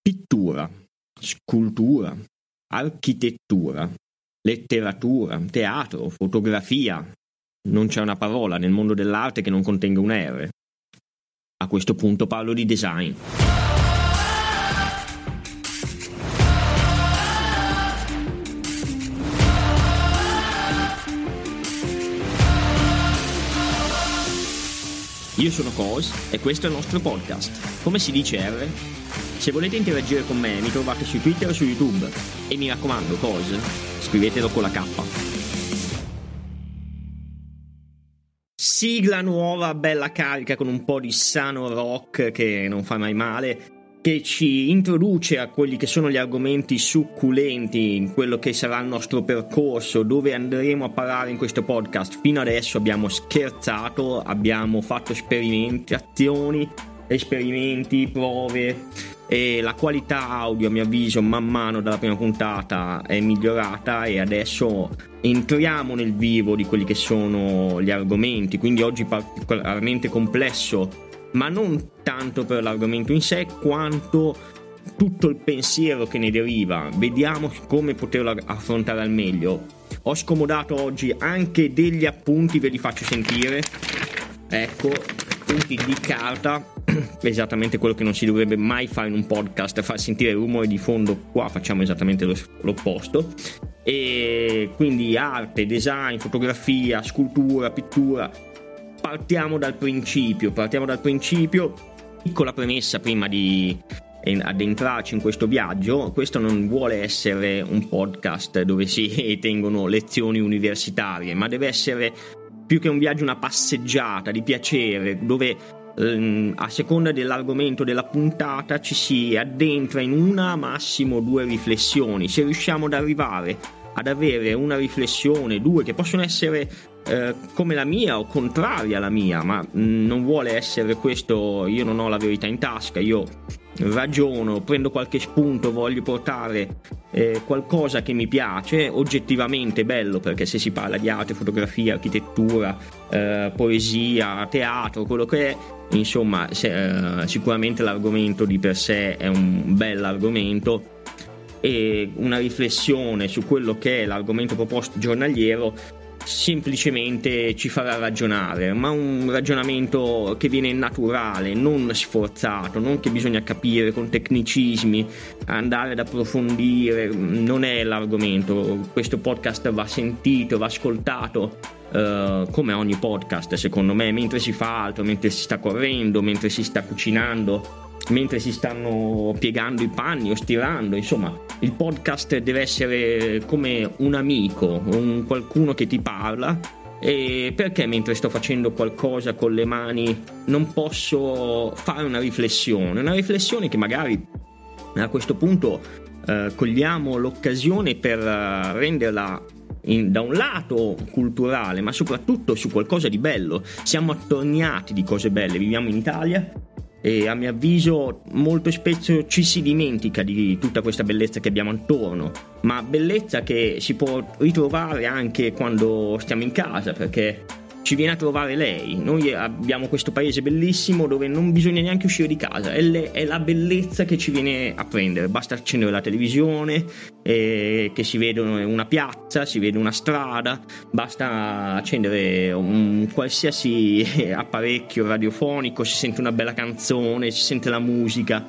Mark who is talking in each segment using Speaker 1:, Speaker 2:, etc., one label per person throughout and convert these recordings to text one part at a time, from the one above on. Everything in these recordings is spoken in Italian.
Speaker 1: pittura, scultura, architettura, letteratura, teatro, fotografia. Non c'è una parola nel mondo dell'arte che non contenga un R. A questo punto parlo di design. Io sono Cos e questo è il nostro podcast. Come si dice R? Se volete interagire con me mi trovate su Twitter o su YouTube. E mi raccomando, Cos, scrivetelo con la K. Sigla nuova, bella carica con un po' di sano rock che non fa mai male, che ci introduce a quelli che sono gli argomenti succulenti in quello che sarà il nostro percorso, dove andremo a parare in questo podcast. Fino adesso abbiamo scherzato, abbiamo fatto esperimenti, prove, e la qualità audio, a mio avviso, man mano dalla prima puntata è migliorata e adesso entriamo nel vivo di quelli che sono gli argomenti. Quindi oggi particolarmente complesso, ma non tanto per l'argomento in sé quanto tutto il pensiero che ne deriva. Vediamo come poterlo affrontare al meglio. Ho scomodato oggi anche degli appunti, ve li faccio sentire. Ecco, appunti di carta, esattamente quello che non si dovrebbe mai fare in un podcast, far sentire il rumore di fondo. Qua facciamo esattamente l'opposto. E quindi arte, design, fotografia, scultura, pittura. Partiamo dal principio. Piccola premessa prima di addentrarci in questo viaggio: questo non vuole essere un podcast dove si tengono lezioni universitarie, ma deve essere più che un viaggio una passeggiata di piacere, dove a seconda dell'argomento della puntata ci si addentra in una, massimo due riflessioni. Se riusciamo ad arrivare ad avere una riflessione, due, che possono essere come la mia o contraria alla mia, ma non vuole essere questo. Io non ho la verità in tasca, io ragiono, prendo qualche spunto, voglio portare qualcosa che mi piace, oggettivamente bello, perché se si parla di arte, fotografia, architettura, poesia, teatro, quello che è, insomma, sicuramente l'argomento di per sé è un bell'argomento, e una riflessione su quello che è l'argomento proposto giornaliero semplicemente ci farà ragionare, ma un ragionamento che viene naturale, non sforzato, non che bisogna capire con tecnicismi, andare ad approfondire. Non è l'argomento. Questo podcast va sentito, va ascoltato come ogni podcast, secondo me, mentre si fa altro, mentre si sta correndo, mentre si sta cucinando, mentre si stanno piegando i panni o stirando. Insomma, il podcast deve essere come un amico, qualcuno che ti parla. E perché mentre sto facendo qualcosa con le mani non posso fare una riflessione che magari a questo punto cogliamo l'occasione per renderla da un lato culturale, ma soprattutto su qualcosa di bello. Siamo attorniati di cose belle, viviamo in Italia e a mio avviso molto spesso ci si dimentica di tutta questa bellezza che abbiamo attorno, ma bellezza che si può ritrovare anche quando stiamo in casa, perché ci viene a trovare lei. Noi abbiamo questo paese bellissimo dove non bisogna neanche uscire di casa, è la bellezza che ci viene a prendere. Basta accendere la televisione, che si vede una piazza, si vede una strada, basta accendere un qualsiasi apparecchio radiofonico, si sente una bella canzone, si sente la musica,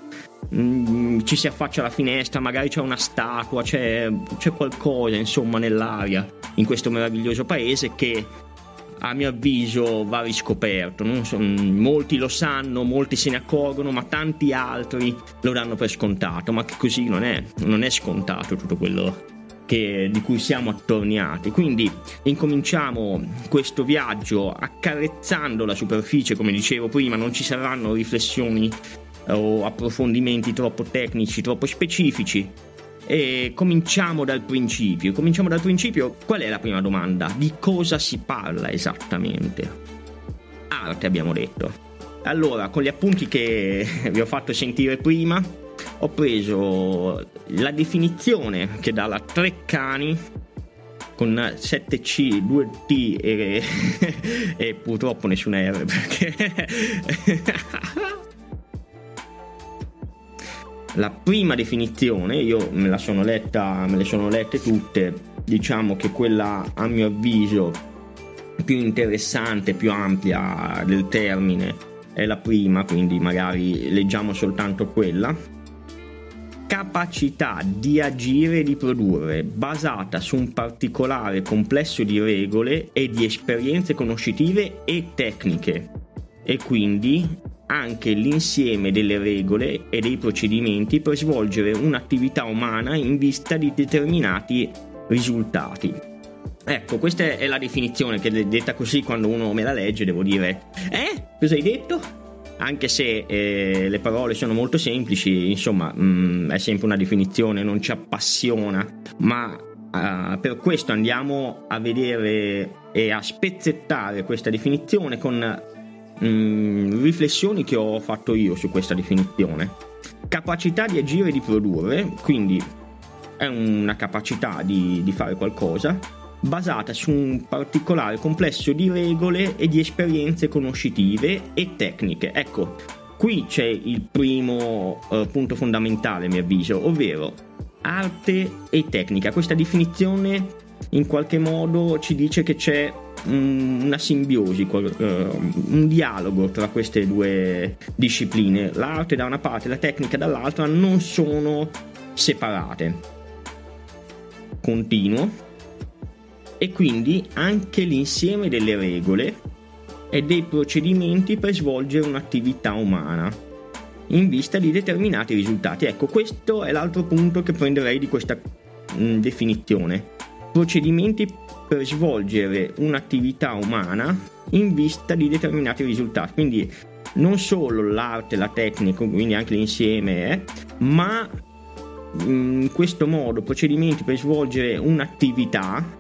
Speaker 1: ci si affaccia alla finestra, magari c'è una statua, c'è qualcosa insomma nell'aria in questo meraviglioso paese che a mio avviso va riscoperto. Molti lo sanno, molti se ne accorgono, ma tanti altri lo danno per scontato, ma che così non è scontato tutto quello di cui siamo attorniati. Quindi incominciamo questo viaggio accarezzando la superficie. Come dicevo prima, non ci saranno riflessioni o approfondimenti troppo tecnici, troppo specifici. E cominciamo dal principio. Qual è la prima domanda? Di cosa si parla esattamente? Arte, abbiamo detto. Allora, con gli appunti che vi ho fatto sentire prima, ho preso la definizione che dà la Treccani con 7C, 2T e purtroppo nessuna R, perché la prima definizione, io me le sono lette tutte, diciamo che quella a mio avviso più interessante, più ampia del termine è la prima, quindi magari leggiamo soltanto quella. Capacità di agire e di produrre basata su un particolare complesso di regole e di esperienze conoscitive e tecniche, e quindi anche l'insieme delle regole e dei procedimenti per svolgere un'attività umana in vista di determinati risultati. Ecco, questa è la definizione che, detta così, quando uno me la legge devo dire cosa hai detto? Anche se le parole sono molto semplici, insomma, è sempre una definizione, non ci appassiona, ma per questo andiamo a vedere e a spezzettare questa definizione con riflessioni che ho fatto io su questa definizione. Capacità di agire e di produrre, quindi è una capacità di fare qualcosa basata su un particolare complesso di regole e di esperienze conoscitive e tecniche. Ecco, qui c'è il primo punto fondamentale, a mio avviso, ovvero arte e tecnica. Questa definizione in qualche modo ci dice che c'è una simbiosi, un dialogo tra queste due discipline. L'arte da una parte e la tecnica dall'altra non sono separate. Continuo. E quindi anche l'insieme delle regole e dei procedimenti per svolgere un'attività umana in vista di determinati risultati. Ecco, questo è l'altro punto che prenderei di questa definizione. Procedimenti per svolgere un'attività umana in vista di determinati risultati. Quindi non solo l'arte, la tecnica, quindi anche l'insieme, ma in questo modo procedimenti per svolgere un'attività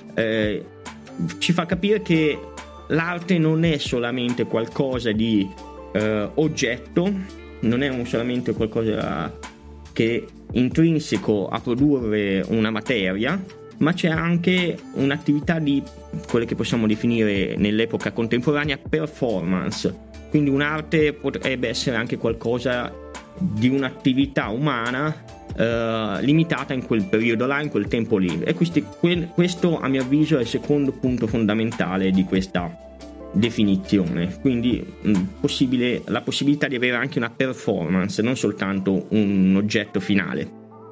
Speaker 1: ci fa capire che l'arte non è solamente qualcosa di oggetto, non è solamente qualcosa che è intrinseco a produrre una materia, ma c'è anche un'attività di quelle che possiamo definire nell'epoca contemporanea performance. Quindi un'arte potrebbe essere anche qualcosa di un'attività umana limitata in quel periodo là, in quel tempo lì. E questo a mio avviso è il secondo punto fondamentale di questa definizione. Quindi la possibilità di avere anche una performance, non soltanto un oggetto finale.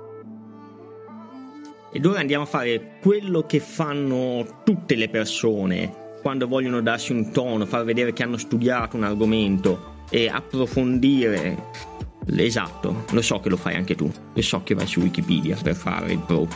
Speaker 1: Ed ora andiamo a fare quello che fanno tutte le persone quando vogliono darsi un tono, far vedere che hanno studiato un argomento e approfondire. Esatto, lo so che lo fai anche tu, lo so che vai su Wikipedia per fare il pro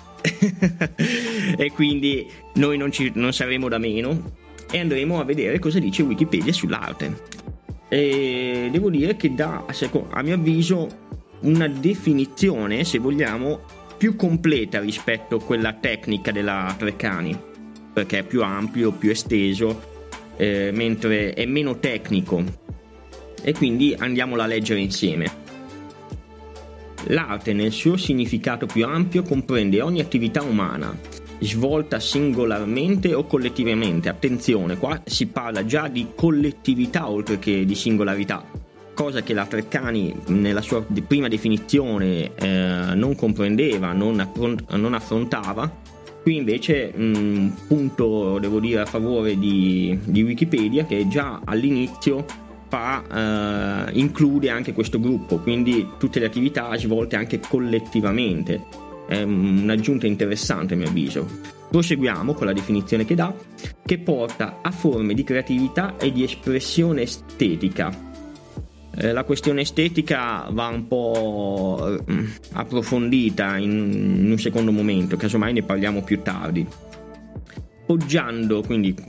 Speaker 1: e quindi noi non saremo da meno e andremo a vedere cosa dice Wikipedia sull'arte. E devo dire che dà, a mio avviso, una definizione, se vogliamo, più completa rispetto a quella tecnica della Treccani, perché è più ampio, più esteso, mentre è meno tecnico. E quindi andiamola a leggere insieme. L'arte, nel suo significato più ampio, comprende ogni attività umana, svolta singolarmente o collettivamente. Attenzione, qua si parla già di collettività oltre che di singolarità, cosa che la Treccani nella sua prima definizione non comprendeva, non affrontava. Qui invece un punto, devo dire, a favore di Wikipedia, che già all'inizio include anche questo gruppo, quindi tutte le attività svolte anche collettivamente. È un'aggiunta interessante a mio avviso. Proseguiamo con la definizione che dà, che porta a forme di creatività e di espressione estetica. La questione estetica va un po' approfondita in un secondo momento, casomai ne parliamo più tardi. Poggiando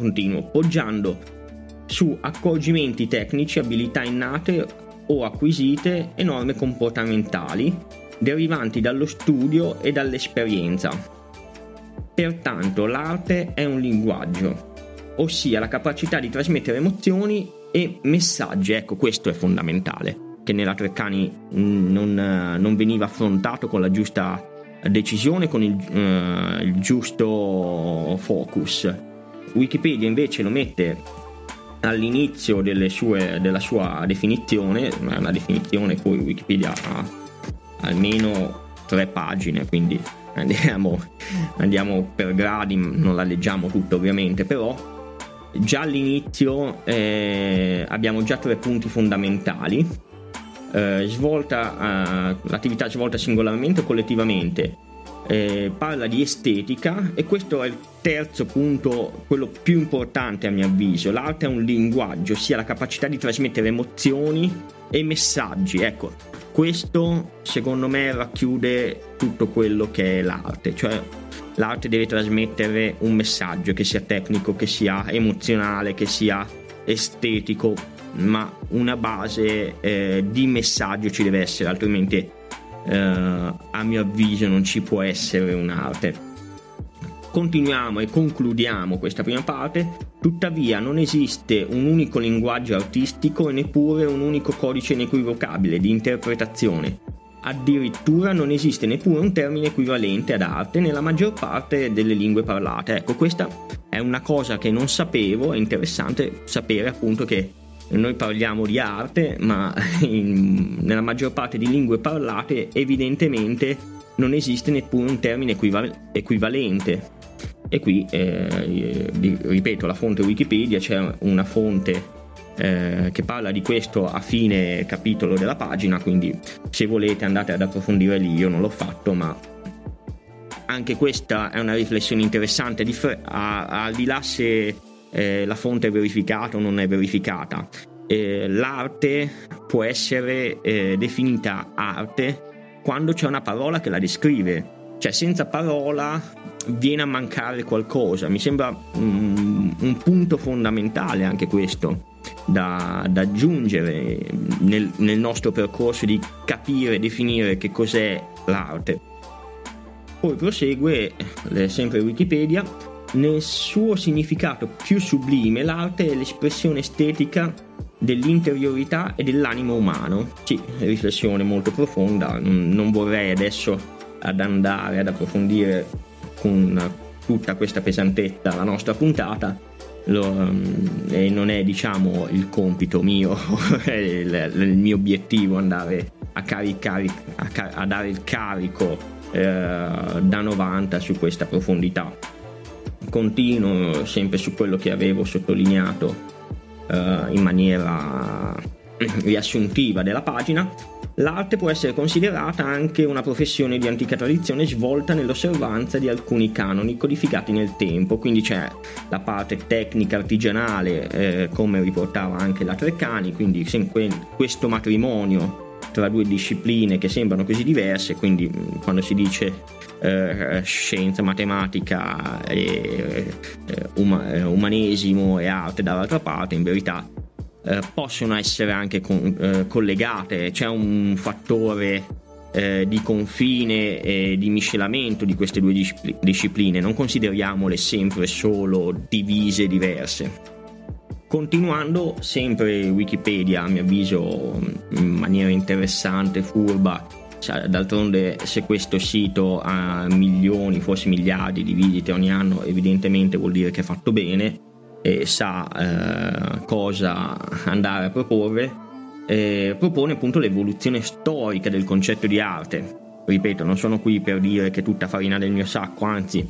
Speaker 1: su accorgimenti tecnici, abilità innate o acquisite e norme comportamentali derivanti dallo studio e dall'esperienza. Pertanto l'arte è un linguaggio, ossia la capacità di trasmettere emozioni e messaggi. Ecco, questo è fondamentale, che nella Treccani non veniva affrontato con la giusta decisione, con il giusto focus. Wikipedia invece lo mette all'inizio della sua definizione, è una definizione poi Wikipedia ha almeno 3 pagine, quindi andiamo per gradi, non la leggiamo tutta ovviamente, però già all'inizio abbiamo già 3 punti fondamentali. L'attività svolta singolarmente o collettivamente, parla di estetica, e questo è il terzo punto, quello più importante a mio avviso. L'arte è un linguaggio, ossia la capacità di trasmettere emozioni e messaggi. Ecco, questo secondo me racchiude tutto quello che è l'arte, cioè l'arte deve trasmettere un messaggio, che sia tecnico, che sia emozionale, che sia estetico, ma una base di messaggio ci deve essere, altrimenti a mio avviso non ci può essere un'arte. Continuiamo e concludiamo questa prima parte. Tuttavia non esiste un unico linguaggio artistico e neppure un unico codice inequivocabile di interpretazione. Addirittura non esiste neppure un termine equivalente ad arte nella maggior parte delle lingue parlate. Ecco, questa è una cosa che non sapevo, è interessante sapere appunto che noi parliamo di arte, ma nella maggior parte di lingue parlate evidentemente non esiste neppure un termine equivalente. E qui, ripeto, la fonte Wikipedia, c'è una fonte che parla di questo a fine capitolo della pagina, quindi se volete andate ad approfondire lì. Io non l'ho fatto, ma anche questa è una riflessione interessante, al di là se la fonte è verificata o non è verificata. L'arte può essere definita arte quando c'è una parola che la descrive, cioè senza parola viene a mancare qualcosa. Mi sembra un punto fondamentale anche questo da aggiungere nel nostro percorso di capire e definire che cos'è l'arte. Poi prosegue sempre Wikipedia: nel suo significato più sublime l'arte è l'espressione estetica dell'interiorità e dell'animo umano. Sì, riflessione molto profonda, non vorrei adesso andare ad approfondire con tutta questa pesantezza la nostra puntata, e non è, diciamo, il compito mio il mio obiettivo andare a dare il carico da 90 su questa profondità. Continuo sempre su quello che avevo sottolineato in maniera riassuntiva della pagina. L'arte può essere considerata anche una professione di antica tradizione svolta nell'osservanza di alcuni canoni codificati nel tempo, quindi c'è la parte tecnica artigianale, come riportava anche la Treccani, quindi questo matrimonio tra 2 discipline che sembrano così diverse, quindi quando si dice scienza, matematica e umanesimo e arte dall'altra parte, in verità possono essere anche collegate. C'è un fattore di confine e di miscelamento di queste 2 discipline, non consideriamole sempre solo divise, diverse. Continuando, sempre Wikipedia, a mio avviso in maniera interessante, furba, d'altronde se questo sito ha milioni, forse miliardi di visite ogni anno, evidentemente vuol dire che è fatto bene e sa cosa andare a proporre. Propone appunto l'evoluzione storica del concetto di arte. Ripeto, non sono qui per dire che è tutta farina del mio sacco, anzi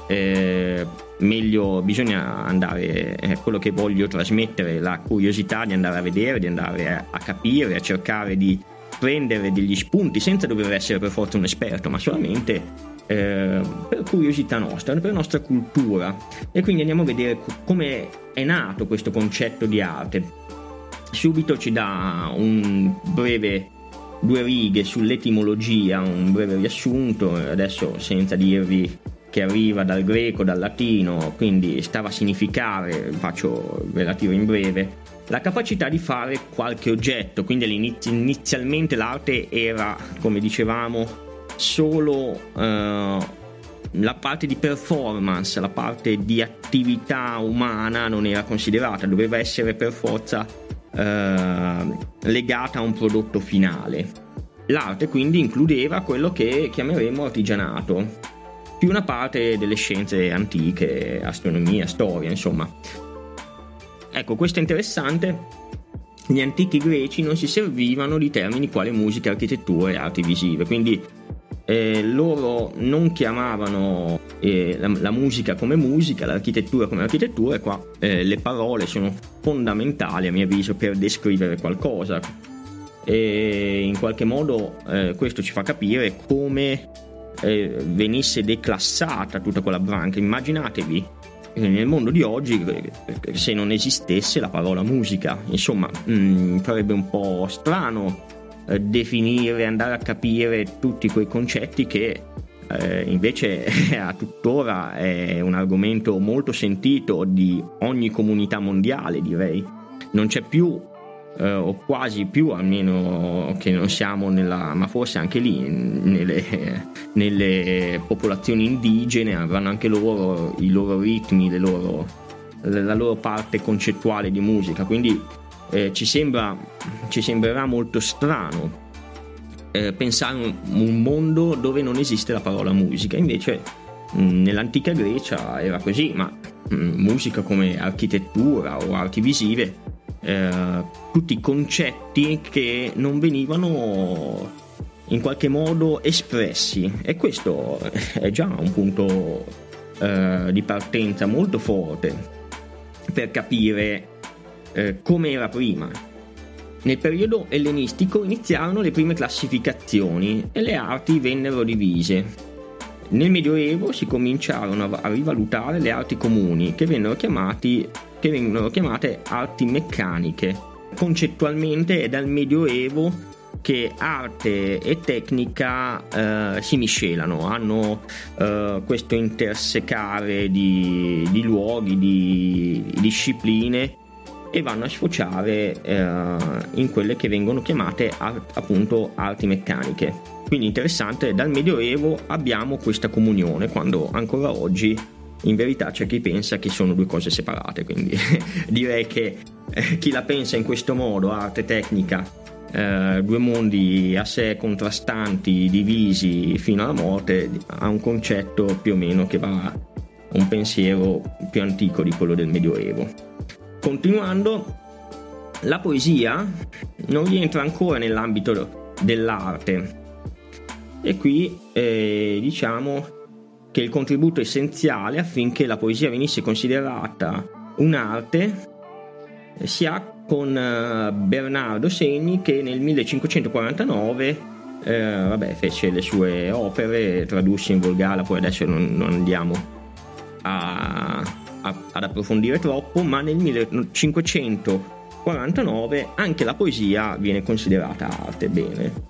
Speaker 1: meglio, bisogna andare, quello che voglio trasmettere, la curiosità di andare a vedere, di andare a capire, a cercare di prendere degli spunti senza dover essere per forza un esperto, ma solamente per curiosità nostra, per nostra cultura. E quindi andiamo a vedere come è nato questo concetto di arte. Subito ci dà un breve 2 righe sull'etimologia, un breve riassunto, adesso senza dirvi che arriva dal greco, dal latino, quindi stava a significare, ve la tiro in breve, la capacità di fare qualche oggetto. Quindi inizialmente l'arte era, come dicevamo, solo la parte di performance, la parte di attività umana non era considerata, doveva essere per forza legata a un prodotto finale. L'arte quindi includeva quello che chiameremo artigianato, più una parte delle scienze antiche, astronomia, storia, insomma. ecco, questo è interessante. Gli antichi greci non si servivano di termini quali musica, architettura e arti visive, quindi loro non chiamavano la musica come musica, l'architettura come architettura, e qua le parole sono fondamentali a mio avviso per descrivere qualcosa, e in qualche modo questo ci fa capire come venisse declassata tutta quella branca. Immaginatevi nel mondo di oggi se non esistesse la parola musica, insomma farebbe un po' strano definire, andare a capire tutti quei concetti che invece a tuttora è un argomento molto sentito di ogni comunità mondiale, direi. Non c'è più o quasi più, almeno che non siamo ma forse anche lì nelle popolazioni indigene avranno anche loro i loro ritmi, la loro parte concettuale di musica, quindi ci sembrerà molto strano pensare un mondo dove non esiste la parola musica. Invece nell'antica Grecia era così, ma musica come architettura o arti visive, tutti concetti che non venivano in qualche modo espressi, e questo è già un punto di partenza molto forte per capire come era prima. Nel periodo ellenistico iniziarono le prime classificazioni e le arti vennero divise. Nel Medioevo si cominciarono a rivalutare le arti comuni, che vengono chiamate arti meccaniche. Concettualmente è dal Medioevo che arte e tecnica si miscelano, hanno questo intersecare di luoghi, di discipline, e vanno a sfociare in quelle che vengono chiamate appunto arti meccaniche. Quindi interessante, dal Medioevo abbiamo questa comunione, quando ancora oggi in verità c'è chi pensa che sono due cose separate, quindi direi che chi la pensa in questo modo, arte e tecnica, due mondi a sé contrastanti, divisi fino alla morte, ha un concetto più o meno che va un pensiero più antico di quello del Medioevo. Continuando, la poesia non rientra ancora nell'ambito dell'arte, e qui diciamo che il contributo essenziale affinché la poesia venisse considerata un'arte si ha con Bernardo Segni, che nel 1549 fece le sue opere, tradusse in volgare, poi adesso non andiamo ad approfondire troppo, ma nel 1549 anche la poesia viene considerata arte. Bene,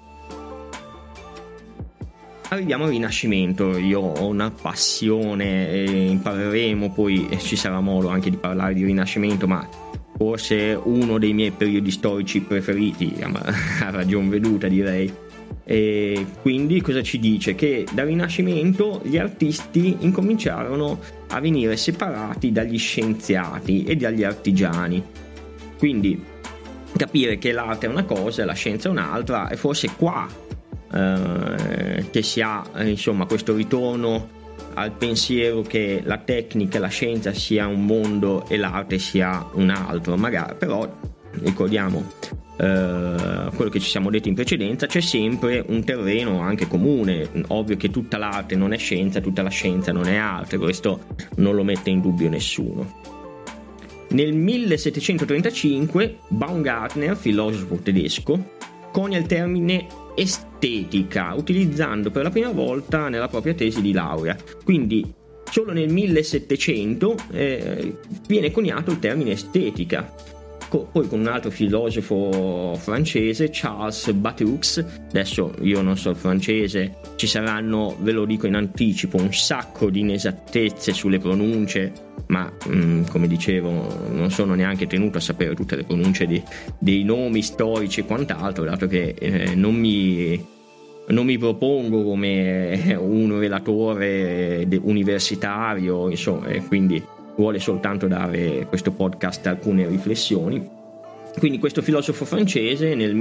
Speaker 1: arriviamo al Rinascimento. Io ho una passione, impareremo, poi ci sarà modo anche di parlare di Rinascimento, ma forse uno dei miei periodi storici preferiti, a ragion veduta direi. E quindi cosa ci dice? Che dal Rinascimento gli artisti incominciarono a venire separati dagli scienziati e dagli artigiani, quindi capire che l'arte è una cosa e la scienza è un'altra, e forse qua che si ha insomma questo ritorno al pensiero che la tecnica e la scienza sia un mondo e l'arte sia un altro. Magari però ricordiamo quello che ci siamo detti in precedenza, c'è sempre un terreno anche comune. Ovvio che tutta l'arte non è scienza, tutta la scienza non è arte, questo non lo mette in dubbio nessuno. Nel 1735 Baumgartner, filosofo tedesco, conia il termine estetica, utilizzando per la prima volta nella propria tesi di laurea. Quindi solo nel 1700 viene coniato il termine estetica. Poi con un altro filosofo francese, Charles Batrux, adesso io non so il francese, ci saranno, ve lo dico in anticipo, un sacco di inesattezze sulle pronunce, ma come dicevo non sono neanche tenuto a sapere tutte le pronunce dei nomi storici e quant'altro, dato che non mi propongo come un relatore universitario, insomma, quindi vuole soltanto dare questo podcast alcune riflessioni. Quindi questo filosofo francese nel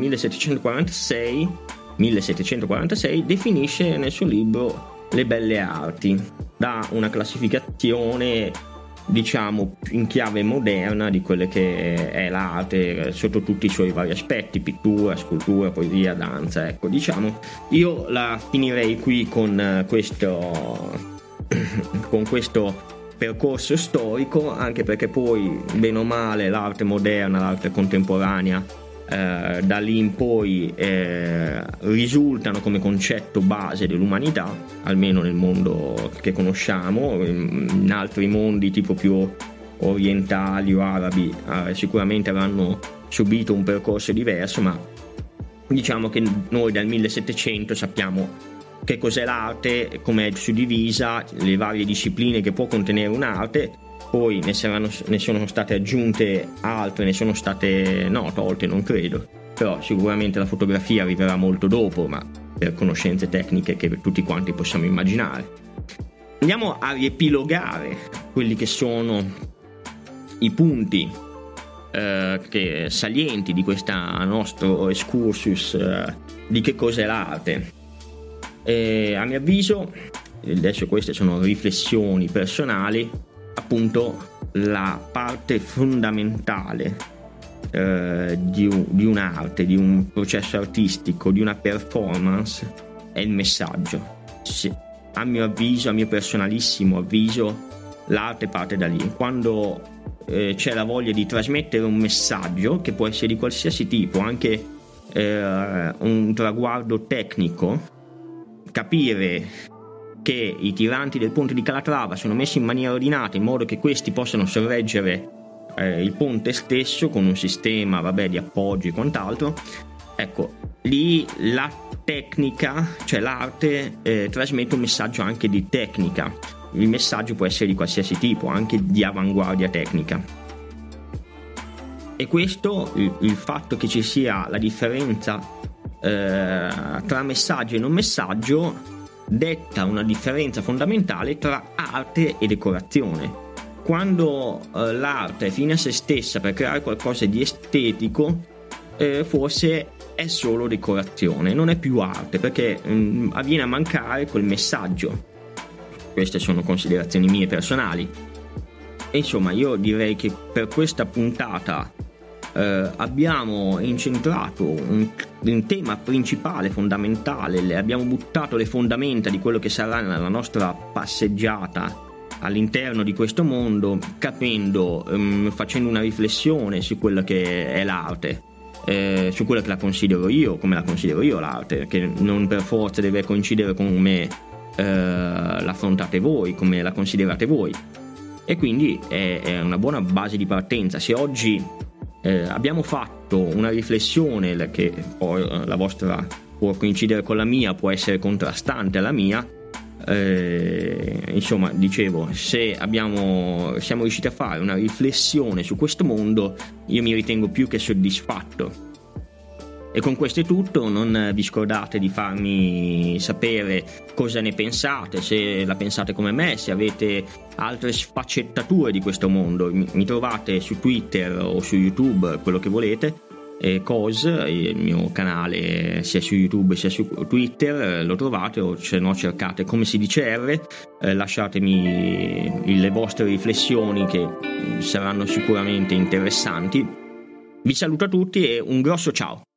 Speaker 1: 1746 definisce nel suo libro Le belle arti, dà una classificazione diciamo in chiave moderna di quelle che è l'arte sotto tutti i suoi vari aspetti: pittura, scultura, poesia, danza. Ecco, diciamo, io la finirei qui con questo percorso storico, anche perché poi bene o male l'arte moderna, l'arte contemporanea, da lì in poi risultano come concetto base dell'umanità, almeno nel mondo che conosciamo. In altri mondi tipo più orientali o arabi sicuramente avranno subito un percorso diverso, ma diciamo che noi dal 1700 sappiamo che cos'è l'arte, come è suddivisa, le varie discipline che può contenere un'arte. Poi ne sono state aggiunte altre, ne sono state tolte, non credo, però sicuramente la fotografia arriverà molto dopo, ma per conoscenze tecniche che tutti quanti possiamo immaginare. Andiamo a riepilogare quelli che sono i punti salienti di questo nostro excursus di che cos'è l'arte. A mio avviso, adesso queste sono riflessioni personali, appunto la parte fondamentale di un'arte, di un processo artistico, di una performance è il messaggio. A mio avviso, a mio personalissimo avviso, l'arte parte da lì. Quando c'è la voglia di trasmettere un messaggio, che può essere di qualsiasi tipo, anche un traguardo tecnico, capire che i tiranti del ponte di Calatrava sono messi in maniera ordinata in modo che questi possano sorreggere il ponte stesso con un sistema di appoggi e quant'altro. Ecco, lì la tecnica, cioè l'arte, trasmette un messaggio anche di tecnica. Il messaggio può essere di qualsiasi tipo, anche di avanguardia tecnica. E questo, il fatto che ci sia la differenza tra messaggio e non messaggio, detta una differenza fondamentale tra arte e decorazione. Quando l'arte è fine a se stessa per creare qualcosa di estetico, forse è solo decorazione, non è più arte, perché avviene a mancare quel messaggio. Queste sono considerazioni mie personali. E insomma, io direi che per questa puntata abbiamo incentrato un tema principale, fondamentale. Abbiamo buttato le fondamenta di quello che sarà la nostra passeggiata all'interno di questo mondo, capendo, facendo una riflessione su quello che è l'arte, su quello che la considero io, come la considero io l'arte, che non per forza deve coincidere con me l'affrontate voi, come la considerate voi. E quindi è una buona base di partenza. Se oggi abbiamo fatto una riflessione che poi la vostra può coincidere con la mia, può essere contrastante alla mia, insomma, dicevo, se siamo riusciti a fare una riflessione su questo mondo, io mi ritengo più che soddisfatto. E con questo è tutto. Non vi scordate di farmi sapere cosa ne pensate, se la pensate come me, se avete altre sfaccettature di questo mondo. Mi trovate su Twitter o su YouTube, quello che volete, COS, il mio canale sia su YouTube sia su Twitter, lo trovate, o se no cercate Come si dice R. Lasciatemi le vostre riflessioni, che saranno sicuramente interessanti. Vi saluto a tutti e un grosso ciao.